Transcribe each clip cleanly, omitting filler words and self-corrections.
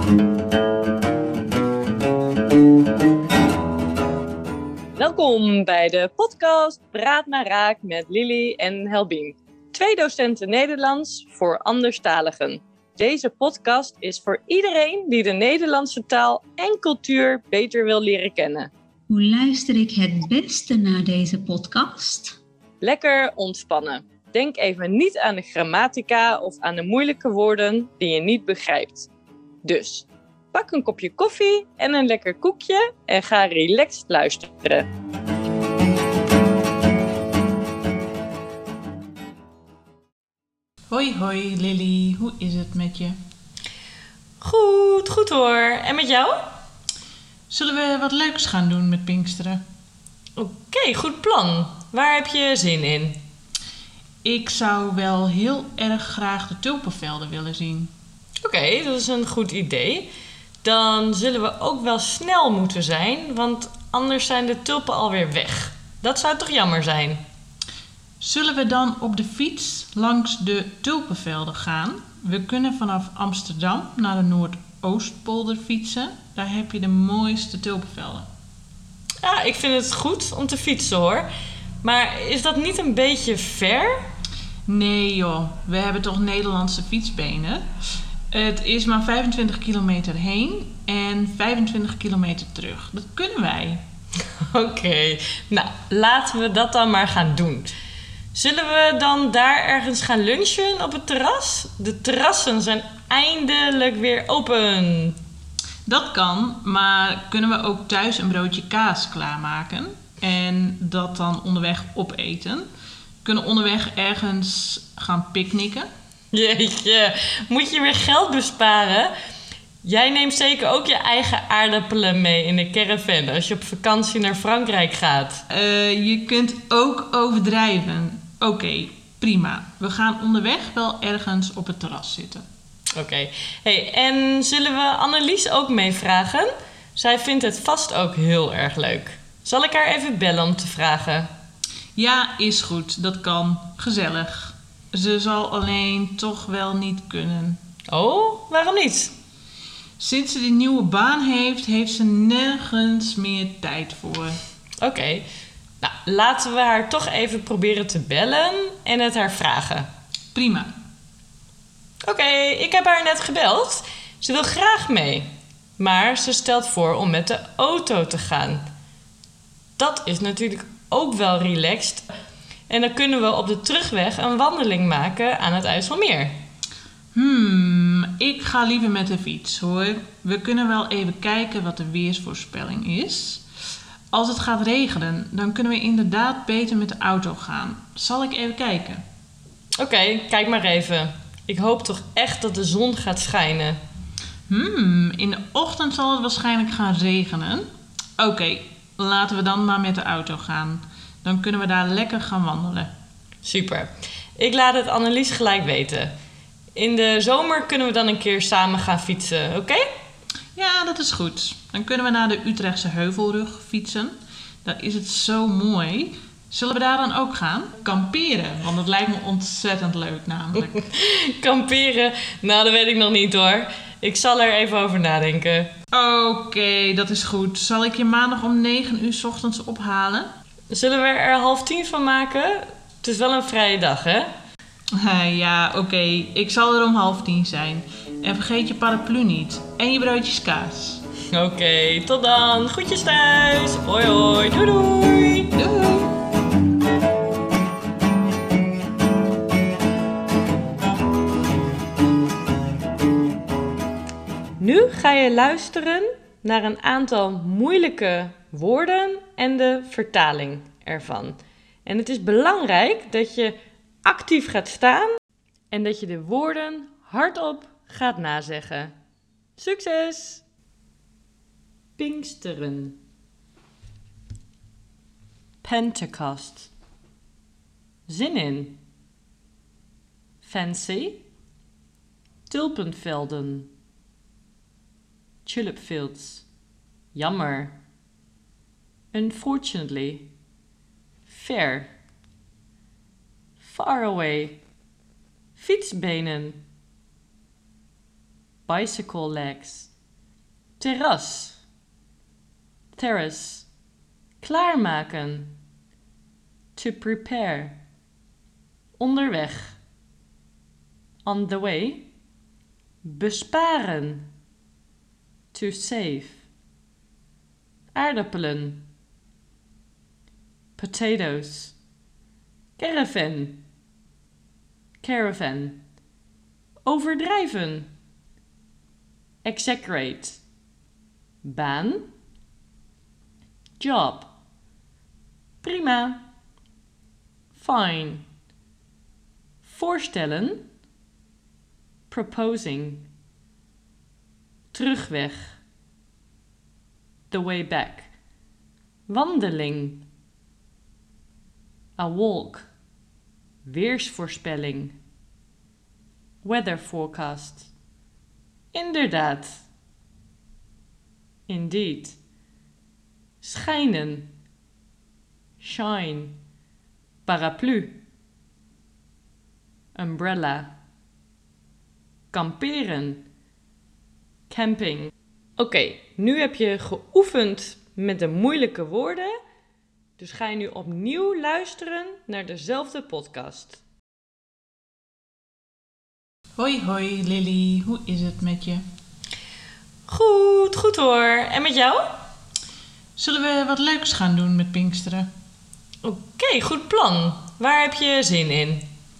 Welkom bij de podcast Praat maar Raak met Lily en Helbien. 2 docenten Nederlands voor anderstaligen. Deze podcast is voor iedereen die de Nederlandse taal en cultuur beter wil leren kennen. Hoe luister ik het beste naar deze podcast? Lekker ontspannen. Denk even niet aan de grammatica of aan de moeilijke woorden die je niet begrijpt. Dus pak een kopje koffie en een lekker koekje en ga relaxed luisteren. Hoi hoi Lily, hoe is het met je? Goed hoor. En met jou? Zullen we wat leuks gaan doen met Pinksteren? Oké, goed plan. Waar heb je zin in? Ik zou wel heel erg graag de tulpenvelden willen zien. Oké, dat is een goed idee. Dan zullen we ook wel snel moeten zijn, want anders zijn de tulpen alweer weg. Dat zou toch jammer zijn? Zullen we dan op de fiets langs de tulpenvelden gaan? We kunnen vanaf Amsterdam naar de Noordoostpolder fietsen. Daar heb je de mooiste tulpenvelden. Ja, ik vind het goed om te fietsen hoor. Maar is dat niet een beetje ver? Nee joh, we hebben toch Nederlandse fietsbenen. Het is maar 25 kilometer heen en 25 kilometer terug. Dat kunnen wij. Oké, nou laten we dat dan maar gaan doen. Zullen we dan daar ergens gaan lunchen op het terras? De terrassen zijn eindelijk weer open. Dat kan, maar kunnen we ook thuis een broodje kaas klaarmaken en dat dan onderweg opeten? We kunnen onderweg ergens gaan picknicken. Jeetje, moet je weer geld besparen? Jij neemt zeker ook je eigen aardappelen mee in de caravan als je op vakantie naar Frankrijk gaat. Je kunt ook overdrijven. Oké, prima. We gaan onderweg wel ergens op het terras zitten. Oké. Hey, en zullen we Annelies ook meevragen? Zij vindt het vast ook heel erg leuk. Zal ik haar even bellen om te vragen? Ja, is goed. Dat kan. Gezellig. Ze zal alleen toch wel niet kunnen. Oh, waarom niet? Sinds ze die nieuwe baan heeft, heeft ze nergens meer tijd voor. Oké. Nou, laten we haar toch even proberen te bellen en het haar vragen. Prima. Oké, ik heb haar net gebeld. Ze wil graag mee. Maar ze stelt voor om met de auto te gaan. Dat is natuurlijk ook wel relaxed. En dan kunnen we op de terugweg een wandeling maken aan het IJsselmeer. Ik ga liever met de fiets hoor. We kunnen wel even kijken wat de weersvoorspelling is. Als het gaat regenen, dan kunnen we inderdaad beter met de auto gaan. Zal ik even kijken? Oké, kijk maar even. Ik hoop toch echt dat de zon gaat schijnen. In de ochtend zal het waarschijnlijk gaan regenen. Oké, laten we dan maar met de auto gaan. Dan kunnen we daar lekker gaan wandelen. Super. Ik laat het Annelies gelijk weten. In de zomer kunnen we dan een keer samen gaan fietsen, oké? Ja, dat is goed. Dan kunnen we naar de Utrechtse Heuvelrug fietsen. Daar is het zo mooi. Zullen we daar dan ook gaan? Kamperen, want dat lijkt me ontzettend leuk namelijk. Kamperen? Nou, dat weet ik nog niet hoor. Ik zal er even over nadenken. Oké, dat is goed. Zal ik je maandag om 9 uur 's ochtends ophalen? Zullen we er 9:30 van maken? Het is wel een vrije dag, hè? Ja, oké. Ik zal er om 9:30 zijn. En vergeet je paraplu niet. En je broodjes kaas. Oké, tot dan. Groetjes thuis. Hoi hoi. Doei doei. Doei. Nu ga je luisteren naar een aantal moeilijke woorden en de vertaling ervan. En het is belangrijk dat je actief gaat staan en dat je de woorden hardop gaat nazeggen. Succes! Pinksteren. Pentecost. Zin in. Fancy. Tulpenvelden. Tulip fields. Jammer. Unfortunately. Fair. Far away. Fietsbenen. Bicycle legs. Terras. Terrace. Klaarmaken. To prepare. Onderweg. On the way. Besparen. To save. Aardappelen. Potatoes. Caravan. Caravan. Overdrijven. Exaggerate. Baan. Job. Prima. Fine. Voorstellen. Proposing. Terugweg. The way back. Wandeling. A walk. Weersvoorspelling. Weather forecast. Inderdaad. Indeed. Schijnen. Shine. Paraplu. Umbrella. Kamperen. Camping. Oké, nu heb je geoefend met de moeilijke woorden. Dus ga je nu opnieuw luisteren naar dezelfde podcast. Hoi hoi Lily, hoe is het met je? Goed hoor. En met jou? Zullen we wat leuks gaan doen met Pinksteren? Oké, goed plan. Waar heb je zin in?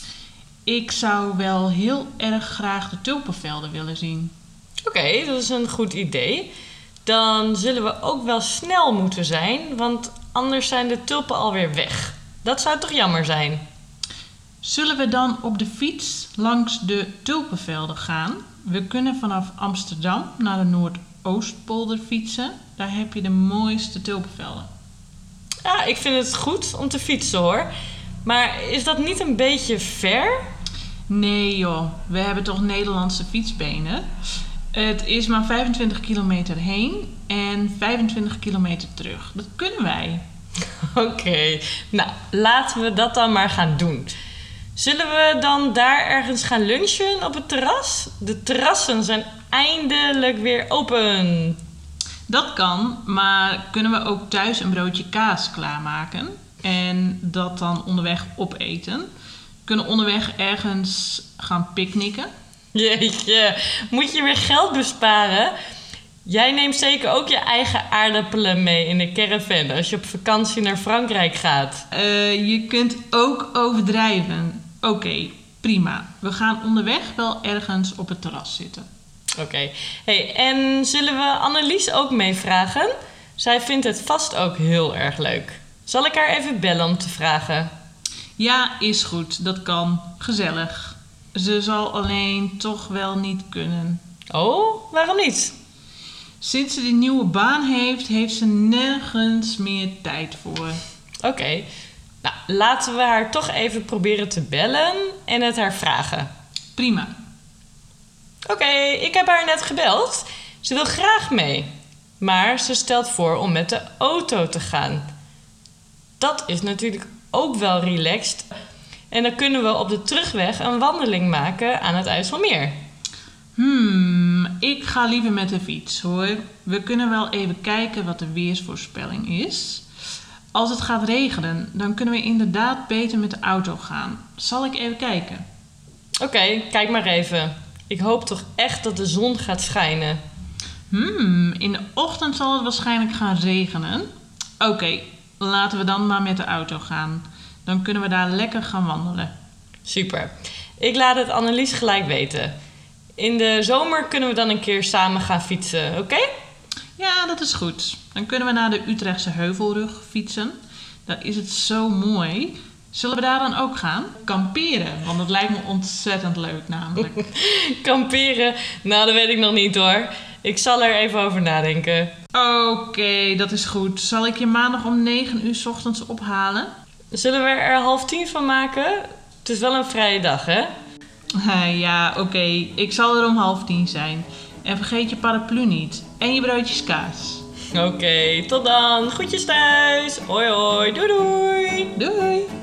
Ik zou wel heel erg graag de tulpenvelden willen zien. Oké, dat is een goed idee. Dan zullen we ook wel snel moeten zijn, want anders zijn de tulpen alweer weg. Dat zou toch jammer zijn? Zullen we dan op de fiets langs de tulpenvelden gaan? We kunnen vanaf Amsterdam naar de Noordoostpolder fietsen. Daar heb je de mooiste tulpenvelden. Ja, ik vind het goed om te fietsen hoor. Maar is dat niet een beetje ver? Nee joh, we hebben toch Nederlandse fietsbenen. Het is maar 25 kilometer heen en 25 kilometer terug. Dat kunnen wij. Oké, nou laten we dat dan maar gaan doen. Zullen we dan daar ergens gaan lunchen op het terras? De terrassen zijn eindelijk weer open. Dat kan, maar kunnen we ook thuis een broodje kaas klaarmaken en dat dan onderweg opeten? Kunnen onderweg ergens gaan picknicken? Jeetje, moet je weer geld besparen? Jij neemt zeker ook je eigen aardappelen mee in de caravan als je op vakantie naar Frankrijk gaat. Je kunt ook overdrijven. Oké, prima. We gaan onderweg wel ergens op het terras zitten. Oké. Hey, en zullen we Annelies ook meevragen? Zij vindt het vast ook heel erg leuk. Zal ik haar even bellen om te vragen? Ja, is goed. Dat kan. Gezellig. Ze zal alleen toch wel niet kunnen. Oh, waarom niet? Sinds ze die nieuwe baan heeft, heeft ze nergens meer tijd voor. Oké. Nou, laten we haar toch even proberen te bellen en het haar vragen. Prima. Oké, ik heb haar net gebeld. Ze wil graag mee. Maar ze stelt voor om met de auto te gaan. Dat is natuurlijk ook wel relaxed. En dan kunnen we op de terugweg een wandeling maken aan het IJsselmeer. Ik ga liever met de fiets hoor. We kunnen wel even kijken wat de weersvoorspelling is. Als het gaat regenen, dan kunnen we inderdaad beter met de auto gaan. Zal ik even kijken? Oké, kijk maar even. Ik hoop toch echt dat de zon gaat schijnen. In de ochtend zal het waarschijnlijk gaan regenen. Oké, laten we dan maar met de auto gaan. Dan kunnen we daar lekker gaan wandelen. Super. Ik laat het Annelies gelijk weten. In de zomer kunnen we dan een keer samen gaan fietsen, oké? Ja, dat is goed. Dan kunnen we naar de Utrechtse Heuvelrug fietsen. Daar is het zo mooi. Zullen we daar dan ook gaan? Kamperen, want dat lijkt me ontzettend leuk namelijk. Kamperen? Nou, dat weet ik nog niet hoor. Ik zal er even over nadenken. Oké, dat is goed. Zal ik je maandag om 9 uur 's ochtends ophalen? Zullen we er 9:30 van maken? Het is wel een vrije dag, hè? Ja, oké. Ik zal er om 9:30 zijn. En vergeet je paraplu niet. En je broodjes kaas. Oké, tot dan. Groetjes thuis. Hoi hoi. Doei doei. Doei!